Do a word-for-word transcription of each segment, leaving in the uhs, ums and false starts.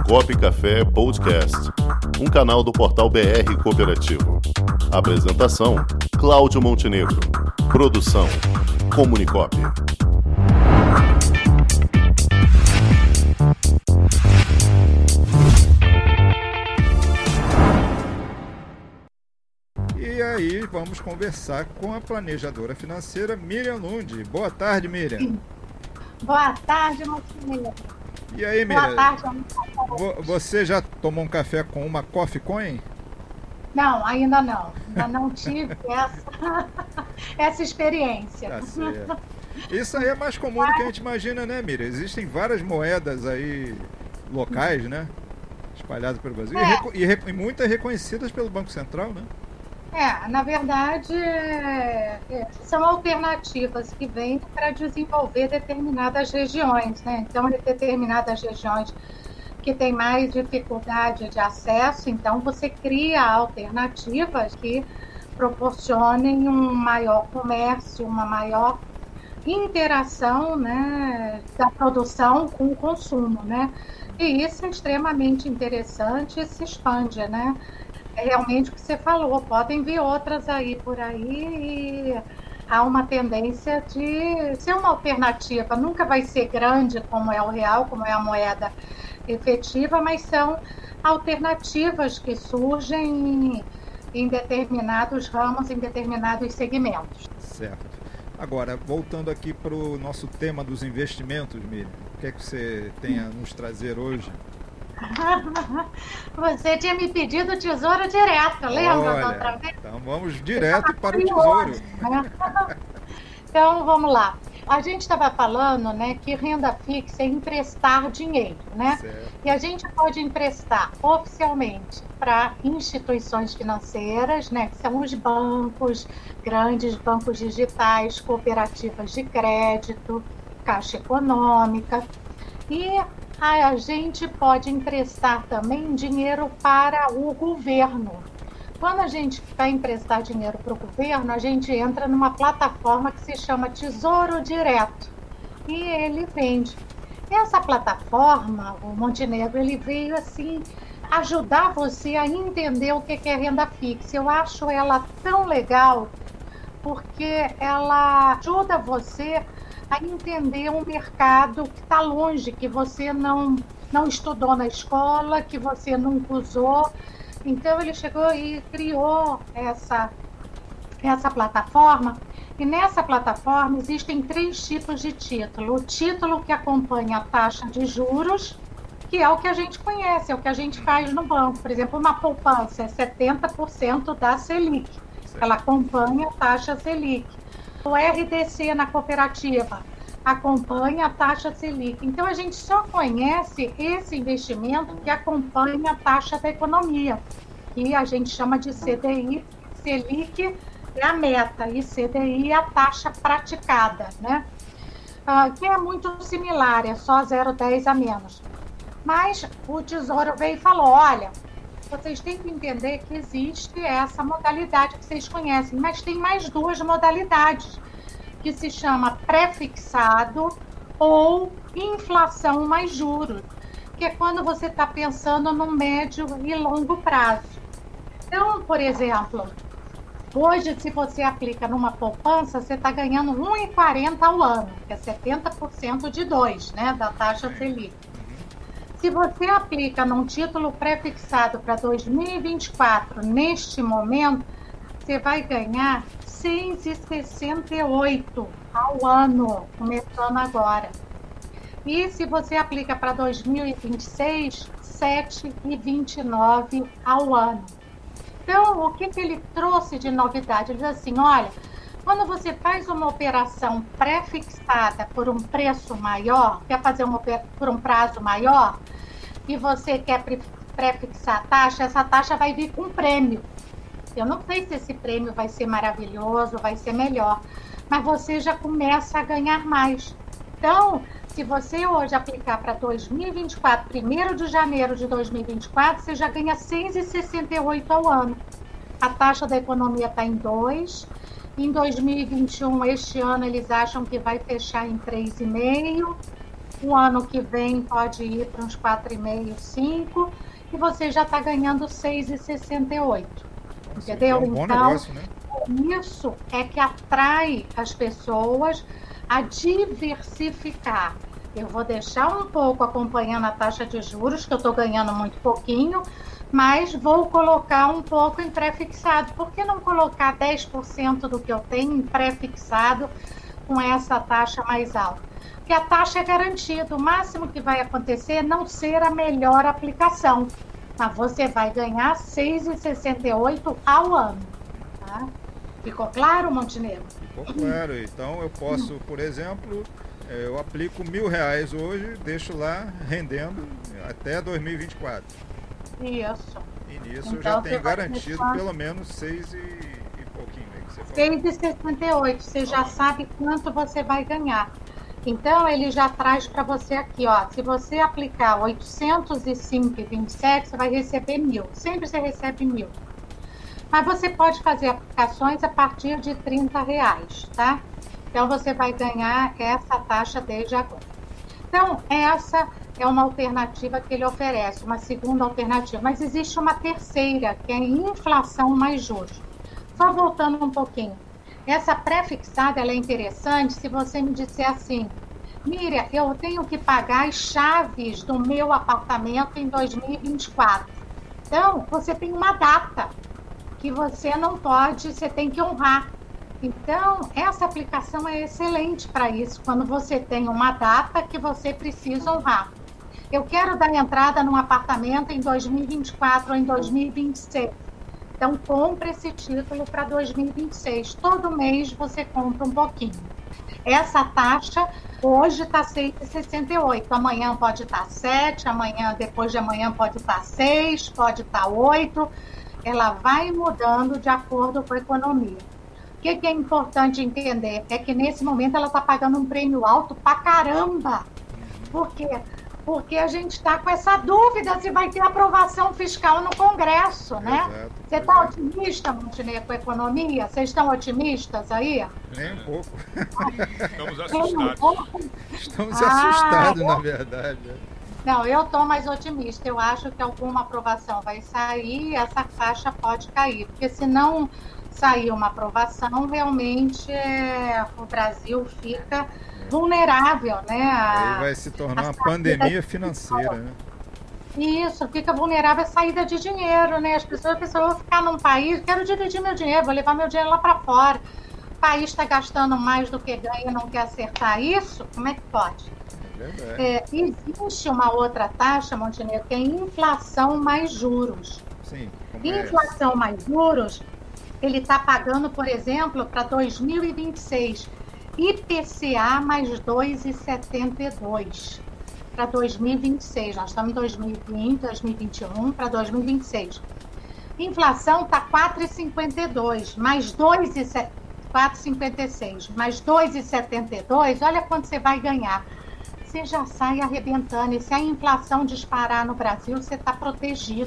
Comunicop Café Podcast, um canal do portal B R Cooperativo. Apresentação, Cláudio Montenegro. Produção, Comunicop. E aí, vamos conversar com a planejadora financeira Miriam Lund. Boa tarde, Miriam. Boa tarde, Montenegro. E aí, Miriam? Boa tarde, Montenegro. Você já tomou um café com uma Coffee Coin? Não, ainda não. Ainda não tive essa, essa experiência. Tá certo. Isso aí é mais comum do que a gente imagina, né, Miriam? Existem várias moedas aí locais, né? Espalhadas pelo Brasil. É. E, reco- e, re- e muitas reconhecidas pelo Banco Central, né? É, na verdade, é, é, são alternativas que vêm para desenvolver determinadas regiões, né? Então, em determinadas regiões que têm mais dificuldade de acesso, então você cria alternativas que proporcionem um maior comércio, uma maior interação, né, da produção com o consumo, né? E isso é extremamente interessante e se expande, né? É realmente o que você falou, podem vir outras aí por aí e há uma tendência de ser uma alternativa. Nunca vai ser grande como é o real, como é a moeda efetiva, mas são alternativas que surgem em determinados ramos, em determinados segmentos. Certo. Agora, voltando aqui para o nosso tema dos investimentos, Miriam, o que é que você tem a nos trazer hoje? Você tinha me pedido tesouro direto, lembra da outra Olha, vez? então vamos direto para o Curioso, tesouro. né? Então, vamos lá. A gente estava falando, né, que renda fixa é emprestar dinheiro, né? Certo. E a gente pode emprestar oficialmente para instituições financeiras, né, que são os bancos, grandes bancos digitais, cooperativas de crédito, Caixa Econômica. E a gente pode emprestar também dinheiro para o governo. Quando a gente vai emprestar dinheiro para o governo, a gente entra numa plataforma que se chama Tesouro Direto e ele vende. Essa plataforma, o Montenegro, ele veio assim ajudar você a entender o que é renda fixa. Eu acho ela tão legal porque ela ajuda você a entender um mercado que está longe, que você não, não estudou na escola, que você nunca usou. Então, ele chegou e criou essa, essa plataforma. E nessa plataforma existem três tipos de título. O título que acompanha a taxa de juros, que é o que a gente conhece, é o que a gente faz no banco. Por exemplo, uma poupança é setenta por cento da Selic. Ela acompanha a taxa Selic. O R D C na cooperativa acompanha a taxa Selic. Então, a gente só conhece esse investimento que acompanha a taxa da economia, que a gente chama de C D I. Selic é a meta e C D I é a taxa praticada, né? Ah, que é muito similar, é só zero vírgula dez a menos. Mas o Tesouro veio e falou, olha, vocês têm que entender que existe essa modalidade que vocês conhecem, mas tem mais duas modalidades, que se chama pré-fixado ou inflação mais juros, que é quando você está pensando no médio e longo prazo. Então, por exemplo, hoje, se você aplica numa poupança, você está ganhando um vírgula quarenta ao ano, que é setenta por cento de dois, né, da taxa Selic. Se você aplica num título pré-fixado para dois mil e vinte e quatro, neste momento, você vai ganhar seis vírgula sessenta e oito ao ano, começando agora. E se você aplica para dois mil e vinte e seis, sete vírgula vinte e nove ao ano. Então, o que, que ele trouxe de novidade? Ele diz assim, olha, quando você faz uma operação pré-fixada por um preço maior, quer fazer uma por um prazo maior, e você quer pré-fixar a taxa, essa taxa vai vir com prêmio. Eu não sei se esse prêmio vai ser maravilhoso, vai ser melhor, mas você já começa a ganhar mais. Então, se você hoje aplicar para dois mil e vinte e quatro, primeiro de janeiro de dois mil e vinte e quatro, você já ganha seis vírgula sessenta e oito ao ano. A taxa da economia está em dois. Em dois mil e vinte e um, este ano, eles acham que vai fechar em três vírgula cinco. o ano que vem pode ir para uns quatro vírgula cinco, cinco, e você já está ganhando seis vírgula sessenta e oito. Entendeu? É um bom então, negócio, né? Isso é que atrai as pessoas a diversificar. Eu vou deixar um pouco acompanhando a taxa de juros, que eu estou ganhando muito pouquinho, mas vou colocar um pouco em pré-fixado. Por que não colocar dez por cento do que eu tenho em pré-fixado com essa taxa mais alta? Porque a taxa é garantida. O máximo que vai acontecer é não ser a melhor aplicação. Mas você vai ganhar seis vírgula sessenta e oito ao ano. Tá? Ficou claro, Montenegro? Ficou claro. Então eu posso, por exemplo, eu aplico mil reais hoje, deixo lá rendendo até dois mil e vinte e quatro. Isso. E nisso Então, eu já tenho vai garantido deixar... pelo menos seis e, e pouquinho aí que você falou. seis vírgula sessenta e oito. Você já sabe quanto você vai ganhar. Então, ele já traz para você aqui, ó. Se você aplicar oitocentos e cinco vírgula vinte e sete, você vai receber mil. Sempre você recebe mil. Mas você pode fazer aplicações a partir de trinta reais, tá? Então, você vai ganhar essa taxa desde agora. Então, essa é uma alternativa que ele oferece, uma segunda alternativa. Mas existe uma terceira, que é inflação mais juros. Só voltando um pouquinho. Essa pré-fixada, ela é interessante se você me disser assim, Miriam, eu tenho que pagar as chaves do meu apartamento em dois mil e vinte e quatro. Então, você tem uma data que você não pode, você tem que honrar. Então, essa aplicação é excelente para isso, quando você tem uma data que você precisa honrar. Eu quero dar entrada num apartamento em dois mil e vinte e quatro ou em dois mil e vinte e seis. Então, compre esse título para dois mil e vinte e seis. Todo mês você compra um pouquinho. Essa taxa hoje está seis vírgula sessenta e oito. Amanhã pode estar sete, amanhã, depois de amanhã pode estar seis, pode estar oito. Ela vai mudando de acordo com a economia. O que, que é importante entender? É que nesse momento ela está pagando um prêmio alto pra caramba. Por quê? Porque a gente está com essa dúvida se vai ter aprovação fiscal no Congresso, né? Exato, Você está otimista, Montenegro, com a economia? Vocês estão otimistas aí? Nem um pouco. Estamos assustados. Estamos Ah, assustados, eu... na verdade. Não, eu estou mais otimista. Eu acho que alguma aprovação vai sair e essa taxa pode cair. Porque se não sair uma aprovação, realmente é... o Brasil fica... vulnerável, né? A, Aí vai se tornar uma pandemia financeira, né? Isso, fica vulnerável à saída de dinheiro, né? As pessoas pensam, eu vou ficar num país, quero dividir meu dinheiro, vou levar meu dinheiro lá para fora. O país está gastando mais do que ganha e não quer acertar isso? Como é que pode? É, existe uma outra taxa, Montenegro, que é inflação mais juros. Sim, como inflação é mais juros, ele está pagando, por exemplo, para dois mil e vinte e seis... I P C A mais dois vírgula setenta e dois para dois mil e vinte e seis. Nós estamos em dois mil e vinte, dois mil e vinte e um para dois mil e vinte e seis. Inflação está quatro vírgula cinquenta e dois, mais dois vírgula cinquenta e seis, mais dois vírgula setenta e dois, olha quanto você vai ganhar. Você já sai arrebentando. E se a inflação disparar no Brasil, você está protegido.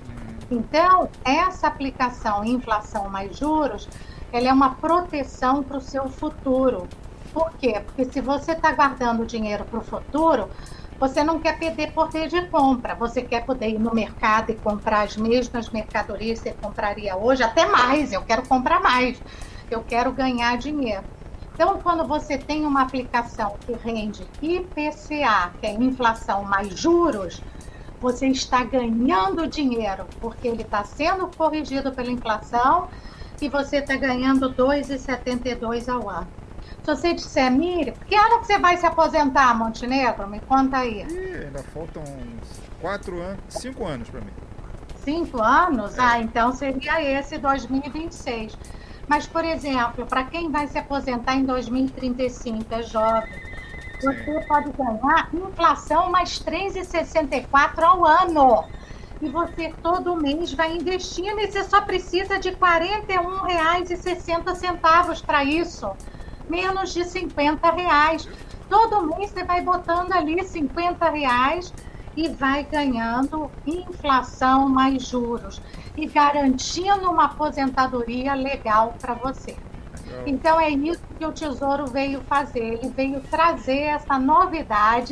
Então, essa aplicação inflação mais juros, ela é uma proteção para o seu futuro. Por quê? Porque se você está guardando dinheiro para o futuro, você não quer perder poder de compra. Você quer poder ir no mercado e comprar as mesmas mercadorias que você compraria hoje, até mais. Eu quero comprar mais. Eu quero ganhar dinheiro. Então, quando você tem uma aplicação que rende I P C A, que é inflação mais juros, você está ganhando dinheiro, porque ele está sendo corrigido pela inflação, e você está ganhando dois vírgula setenta e dois ao ano. Se você disser, Miriam, que ano que você vai se aposentar, Montenegro? Me conta aí. Ih, ainda faltam uns quatro anos, cinco anos para mim. Cinco anos? É. Ah, então seria esse dois mil e vinte e seis. Mas, por exemplo, para quem vai se aposentar em dois mil e trinta e cinco, é jovem, você Sim. pode ganhar inflação mais três vírgula sessenta e quatro ao ano. E você todo mês vai investindo e você só precisa de quarenta e um reais e sessenta centavos para isso. Menos de cinquenta reais. Todo mês você vai botando ali cinquenta reais e vai ganhando inflação mais juros. E garantindo uma aposentadoria legal para você. Então é isso que o Tesouro veio fazer. Ele veio trazer essa novidade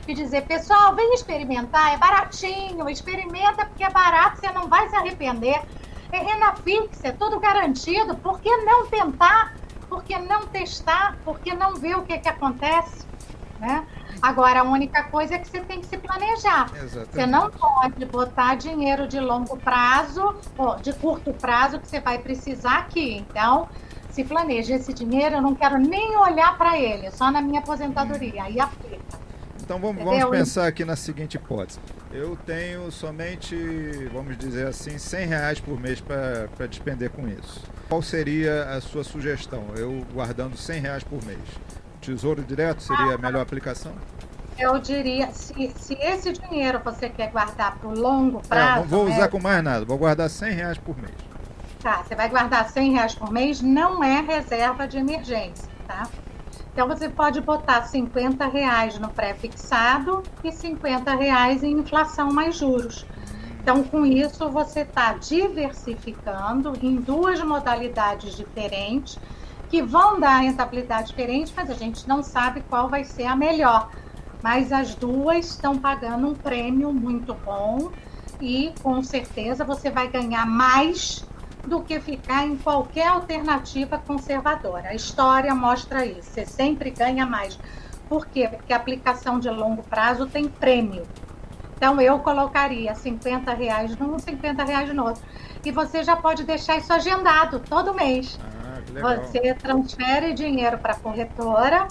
e dizer, pessoal, vem experimentar, é baratinho, experimenta porque é barato, você não vai se arrepender. É renda fixa, é tudo garantido, por que não tentar? Por que não testar? Por que não ver o que, que acontece? Né? Agora, a única coisa é que você tem que se planejar. Exatamente. Você não pode botar dinheiro de longo prazo, ou de curto prazo, que você vai precisar aqui. Então, se planeja. Esse dinheiro, eu não quero nem olhar para ele, só na minha aposentadoria. Aí aplica. Então, vamos, vamos pensar aqui na seguinte hipótese. Eu tenho somente, vamos dizer assim, cem reais por mês para despender com isso. Qual seria a sua sugestão? Eu guardando cem reais por mês. Tesouro direto seria a melhor aplicação? Eu diria, se, se esse dinheiro você quer guardar para o longo prazo... Não, não vou usar né? com mais nada, vou guardar cem reais por mês. Tá, você vai guardar cem reais por mês, não é reserva de emergência, tá? Então você pode botar cinquenta reais no pré-fixado e cinquenta reais em inflação mais juros. Então, com isso, você está diversificando em duas modalidades diferentes, que vão dar rentabilidade diferente, mas a gente não sabe qual vai ser a melhor. Mas as duas estão pagando um prêmio muito bom e, com certeza, você vai ganhar mais do que ficar em qualquer alternativa conservadora. A história mostra isso, você sempre ganha mais. Por quê? Porque a aplicação de longo prazo tem prêmio. Então, eu colocaria cinquenta reais num, cinquenta reais no outro. E você já pode deixar isso agendado todo mês. Legal. Você transfere dinheiro para a corretora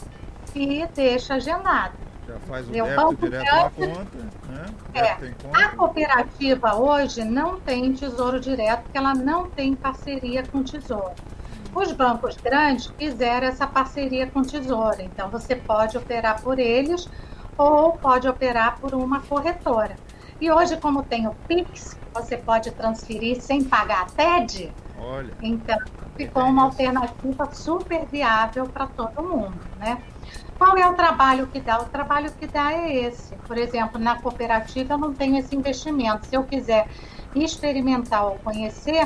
e deixa agendado. Já faz o Meu débito banco direto grande, na conta, né? É, Débito em conta. a cooperativa hoje não tem tesouro direto, porque ela não tem parceria com o tesouro. Os bancos grandes fizeram essa parceria com o tesouro, então você pode operar por eles ou pode operar por uma corretora. E hoje, como tem o Pix, você pode transferir sem pagar a T E D. Olha. Então, ficou uma alternativa super viável para todo mundo, né? Qual é o trabalho que dá? O trabalho que dá é esse. Por exemplo, na cooperativa eu não tenho esse investimento. Se eu quiser experimentar ou conhecer,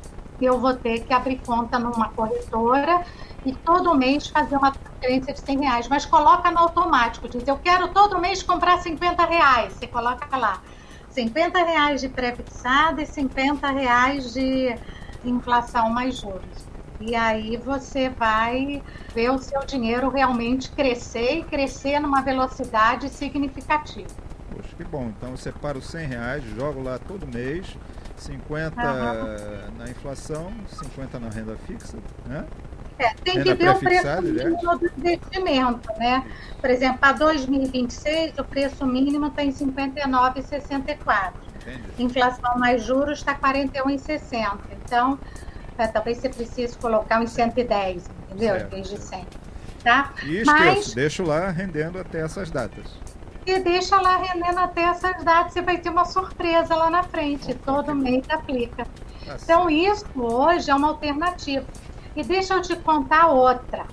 eu vou ter que abrir conta numa corretora e todo mês fazer uma transferência de cem reais. Mas coloca no automático, diz, eu quero todo mês comprar cinquenta reais. Você coloca lá, cinquenta reais de pré-fixado e cinquenta reais de inflação mais juros. E aí você vai ver o seu dinheiro realmente crescer e crescer numa velocidade significativa. Poxa, que bom. Então eu separo cem reais, jogo lá todo mês, cinquenta Uhum. na inflação, cinquenta na renda fixa, né? É, tem Renda que ver o preço pré-fixada, mínimo do investimento, né? Por exemplo, para dois mil e vinte e seis, o preço mínimo está em cinquenta e nove vírgula sessenta e quatro. Entendi. Inflação mais juros está quarenta e um vírgula sessenta. Então, é, talvez você precise colocar uns cento e dez, entendeu? Certo, Em vez de certo. cem. Tá? E esqueço, Mas, deixo lá rendendo até essas datas. e deixa lá rendendo até essas datas, você vai ter uma surpresa lá na frente. Opa, Todo que mês aplica. Tá Então, certo. isso hoje é uma alternativa. E deixa eu te contar outra.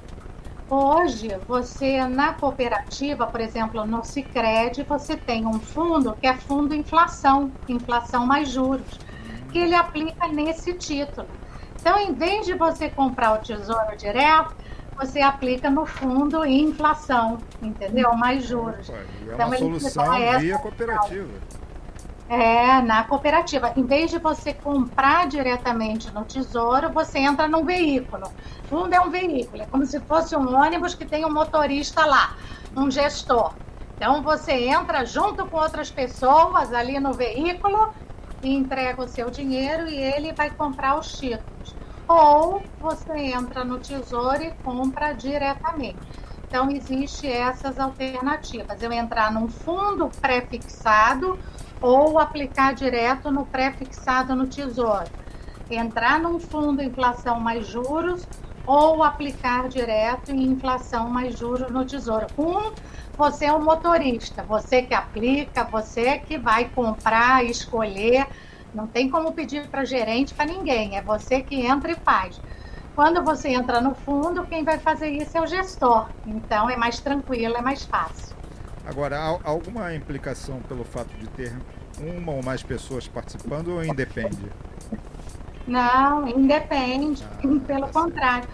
Hoje, você, na cooperativa, por exemplo, no Sicredi, você tem um fundo que é fundo inflação, inflação mais juros, que ele aplica nesse título. Então, em vez de você comprar o tesouro direto, você aplica no fundo em inflação, entendeu? Mais juros. Opa, e é Então, uma ele solução te dá essa via opção. cooperativa. É, na cooperativa. Em vez de você comprar diretamente no tesouro, você entra num veículo. Fundo é um veículo, é como se fosse um ônibus que tem um motorista lá, um gestor. Então, você entra junto com outras pessoas ali no veículo e entrega o seu dinheiro e ele vai comprar os títulos. Ou você entra no tesouro e compra diretamente. Então, existem essas alternativas. Eu entrar num fundo pré-fixado ou aplicar direto no pré-fixado no tesouro. Entrar num fundo inflação mais juros ou aplicar direto em inflação mais juros no tesouro. Um, você é um motorista, você que aplica, você que vai comprar, escolher. Não tem como pedir para gerente, para ninguém, é você que entra e faz. Quando você entra no fundo, quem vai fazer isso é o gestor. Então, é mais tranquilo, é mais fácil. Agora, há alguma implicação pelo fato de ter uma ou mais pessoas participando ou independe? Não, independe, Ah, pelo tá contrário.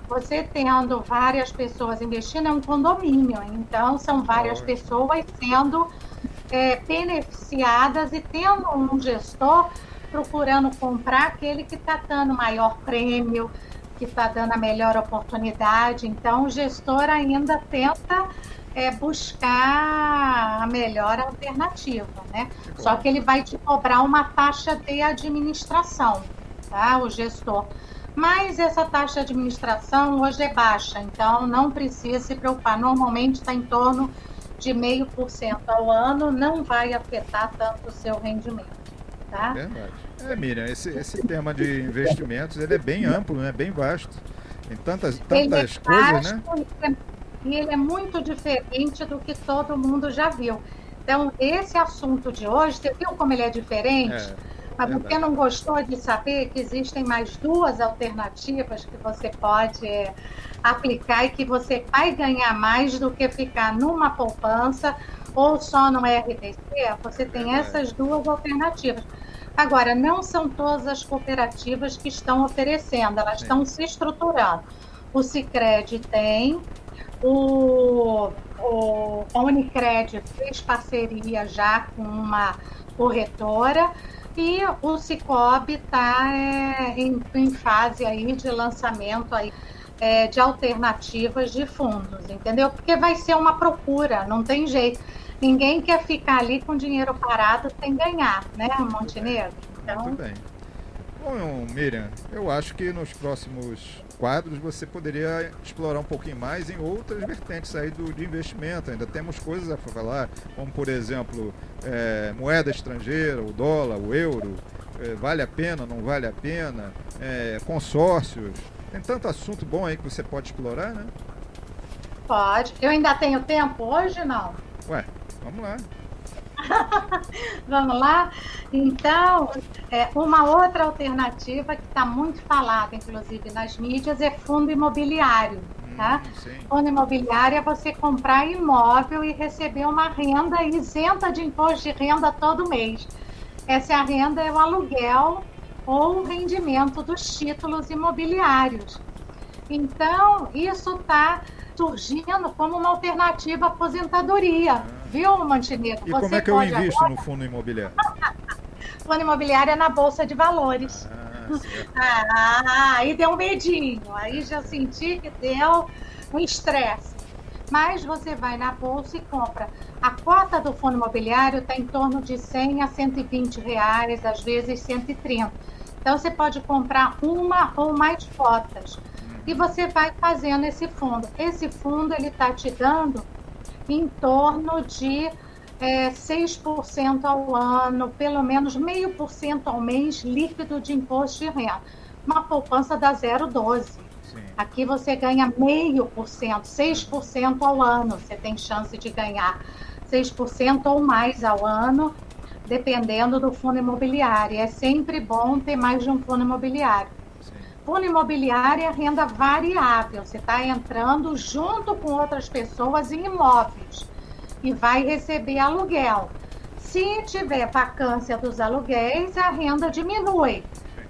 você tendo várias pessoas investindo, é um condomínio, então são várias pessoas sendo é, beneficiadas e tendo um gestor procurando comprar aquele que está dando maior prêmio, que está dando a melhor oportunidade. Então, o gestor ainda tenta é, buscar a melhor alternativa, né? Só que ele vai te cobrar uma taxa de administração, tá? O gestor. Mas essa taxa de administração hoje é baixa, então não precisa se preocupar. Normalmente está em torno de zero vírgula cinco por cento ao ano, não vai afetar tanto o seu rendimento, tá? Verdade. É, Miriam, esse, esse tema de investimentos, ele é bem amplo, né? Bem vasto. Tem tantas, tantas é coisas, vasto, né? E ele é muito diferente do que todo mundo já viu. Então, esse assunto de hoje, você viu como ele é diferente? É. Mas você não gostou de saber que existem mais duas alternativas que você pode é, aplicar e que você vai ganhar mais do que ficar numa poupança ou só no R D C? Você tem essas duas alternativas. Agora, não são todas as cooperativas que estão oferecendo, elas Sim. estão se estruturando. O Sicredi tem, o, o, a Unicred fez parceria já com uma corretora, e o Cicobi está é, em, em fase aí de lançamento aí, é, de alternativas de fundos, entendeu? Porque vai ser uma procura, não tem jeito. Ninguém quer ficar ali com dinheiro parado sem ganhar, né, Montenegro? Então... Muito bem. Bom, Miriam, eu acho que nos próximos quadros você poderia explorar um pouquinho mais em outras vertentes aí do, de investimento. Ainda temos coisas a falar, como por exemplo, é, moeda estrangeira, o dólar, o euro, é, vale a pena, não vale a pena, é, consórcios. Tem tanto assunto bom aí que você pode explorar, né? Pode. Eu ainda tenho tempo hoje, não? Ué, vamos lá. Vamos lá? Então, é, uma outra alternativa que está muito falada, inclusive nas mídias, é fundo imobiliário. Tá? Hum, fundo imobiliário é você comprar imóvel e receber uma renda isenta de imposto de renda todo mês. Essa renda é o aluguel ou o rendimento dos títulos imobiliários. Então, isso está surgindo como uma alternativa à aposentadoria. Ah. Viu, Montenegro? E Você como é que eu invisto agora... no fundo imobiliário? Fundo imobiliário é na Bolsa de Valores. Ah, ah, aí deu um medinho. Aí já senti que deu um estresse. Mas você vai na Bolsa e compra. A cota do fundo imobiliário está em torno de cem a cento e vinte reais, às vezes cento e trinta. Então, você pode comprar uma ou mais cotas. E você vai fazendo esse fundo. Esse fundo, ele está te dando em torno de é, seis por cento ao ano, pelo menos meio por cento ao mês líquido de imposto de renda. Uma poupança da zero vírgula doze. Aqui você ganha meio por cento, seis por cento ao ano. Você tem chance de ganhar seis por cento ou mais ao ano, dependendo do fundo imobiliário. É sempre bom ter mais de um fundo imobiliário. Fundo imobiliário é renda variável, você está entrando junto com outras pessoas em imóveis e vai receber aluguel. Se tiver vacância dos aluguéis, a renda diminui.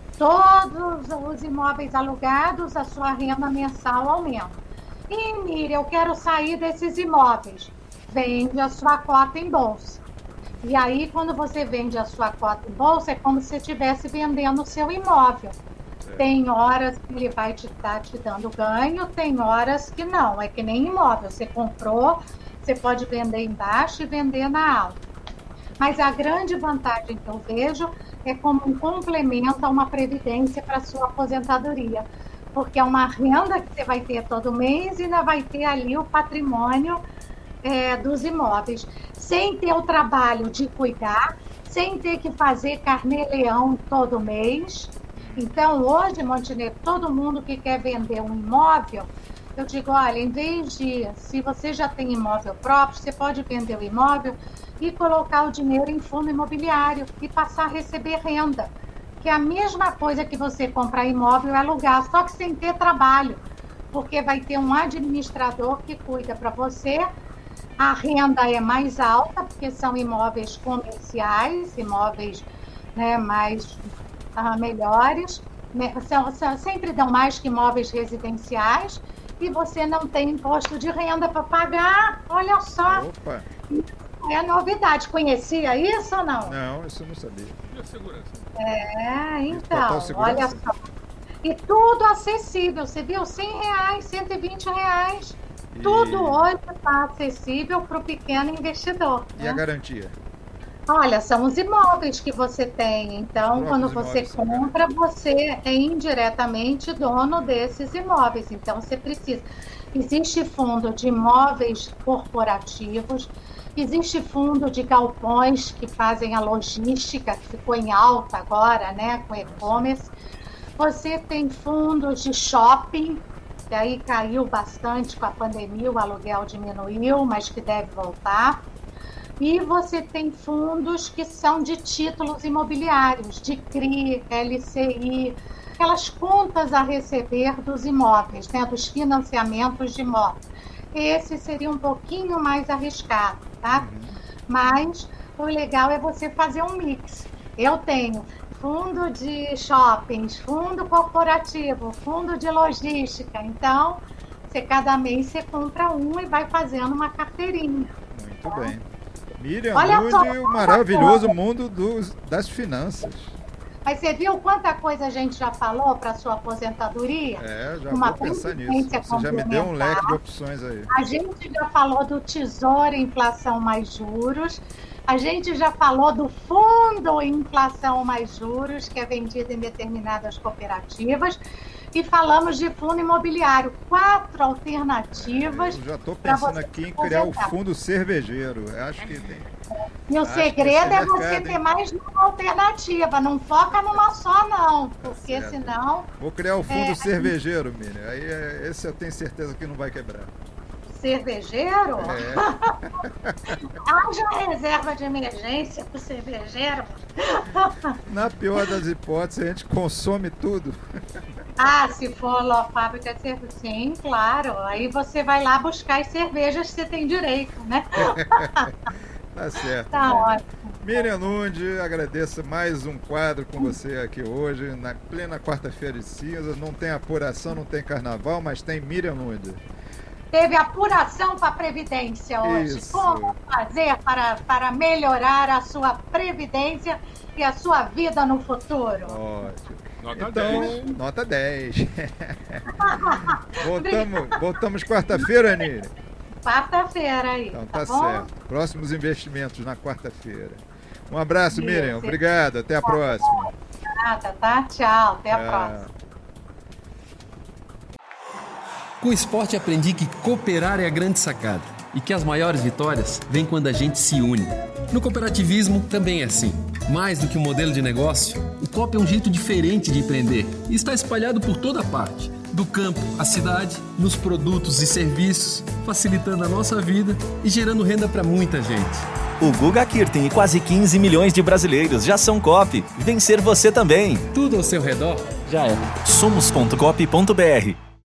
Todos os imóveis alugados, a sua renda mensal aumenta. E, Miriam, eu quero sair desses imóveis. Vende a sua cota em bolsa. E aí, quando você vende a sua cota em bolsa, é como se você estivesse vendendo o seu imóvel. Tem horas que ele vai te estar te dando ganho, tem horas que não. É que nem imóvel. Você comprou, você pode vender embaixo e vender na alta. Mas a grande vantagem que eu vejo é como um complemento a uma previdência para a sua aposentadoria. Porque é uma renda que você vai ter todo mês e ainda vai ter ali o patrimônio é, dos imóveis. Sem ter o trabalho de cuidar, sem ter que fazer carnê-leão todo mês. Então, hoje, Montenegro, todo mundo que quer vender um imóvel, eu digo, olha, em vez de, se você já tem imóvel próprio, você pode vender o imóvel e colocar o dinheiro em fundo imobiliário e passar a receber renda. Que é a mesma coisa que você comprar imóvel e alugar, só que sem ter trabalho, porque vai ter um administrador que cuida para você, a renda é mais alta, porque são imóveis comerciais, imóveis, né, mais... melhores, né, são, são, sempre dão mais que imóveis residenciais, e você não tem imposto de renda para pagar. Olha só. Opa. É novidade. Conhecia isso ou não? Não, isso eu não sabia. E a segurança? É, então, Total olha só. E tudo acessível. Você viu? cem reais, cento e vinte reais. E... Tudo hoje está acessível para o pequeno investidor. E né? a garantia? Olha, são os imóveis que você tem. Então, quando você compra, você é indiretamente dono desses imóveis. Então, você precisa. Existe fundo de imóveis corporativos, existe fundo de galpões que fazem a logística, que ficou em alta agora, né, com e-commerce. Você tem fundos de shopping, que aí caiu bastante com a pandemia, o aluguel diminuiu, mas que deve voltar. E você tem fundos que são de títulos imobiliários, de C R I, L C I, aquelas contas a receber dos imóveis, né, dos financiamentos de imóveis. Esse seria um pouquinho mais arriscado, tá? Uhum. Mas o legal é você fazer um mix. Eu tenho fundo de shoppings, fundo corporativo, fundo de logística. Então, você, cada mês você compra um e vai fazendo uma carteirinha. Muito tá? bem. Miriam Nude, o maravilhoso mundo dos, das finanças. Mas você viu quanta coisa a gente já falou para sua aposentadoria? É, já Uma vou pensar nisso. Você já me deu um leque de opções aí. A gente já falou do Tesouro Inflação mais Juros. A gente já falou do Fundo Inflação mais Juros, que é vendido em determinadas cooperativas. E falamos de fundo imobiliário. Quatro alternativas. Eu já estou pensando aqui em criar o fundo cervejeiro. Eu acho que tem. E o acho segredo é você mercado, ter hein? mais de uma alternativa. Não foca numa só, não. Porque tá senão... Vou criar o fundo é, cervejeiro, Miriam. Aí esse eu tenho certeza que não vai quebrar. Cervejeiro? É. Haja reserva de emergência pro cervejeiro. Na pior das hipóteses, a gente consome tudo. Ah, se for lá, fábrica de cerveja, sim, claro. Aí você vai lá buscar as cervejas que você tem direito, né? Tá certo. Tá ótimo. Miriam Nude, agradeço mais um quadro com você aqui hoje, na plena quarta-feira de cinzas. Não tem apuração, não tem carnaval, mas tem Miriam Nude. Teve apuração para a Previdência hoje. Isso. Como fazer para, para melhorar a sua Previdência e a sua vida no futuro? Ótimo. Nota então, dez. Nota dez. voltamos, voltamos quarta-feira, Nini? Quarta-feira aí. Então tá, tá bom? certo. Próximos investimentos na quarta-feira. Um abraço, Isso. Miriam. Obrigado. Até a próxima. Nada, tá? Tchau. Até a Tchau. próxima. Com o esporte aprendi que cooperar é a grande sacada e que as maiores vitórias vêm quando a gente se une. No cooperativismo também é assim. Mais do que um modelo de negócio, o C O P é um jeito diferente de empreender e está espalhado por toda parte, do campo à cidade, nos produtos e serviços, facilitando a nossa vida e gerando renda para muita gente. O Guga Kirten e quase quinze milhões de brasileiros já são C O P. Vencer você também. Tudo ao seu redor já é. Somos ponto cop ponto br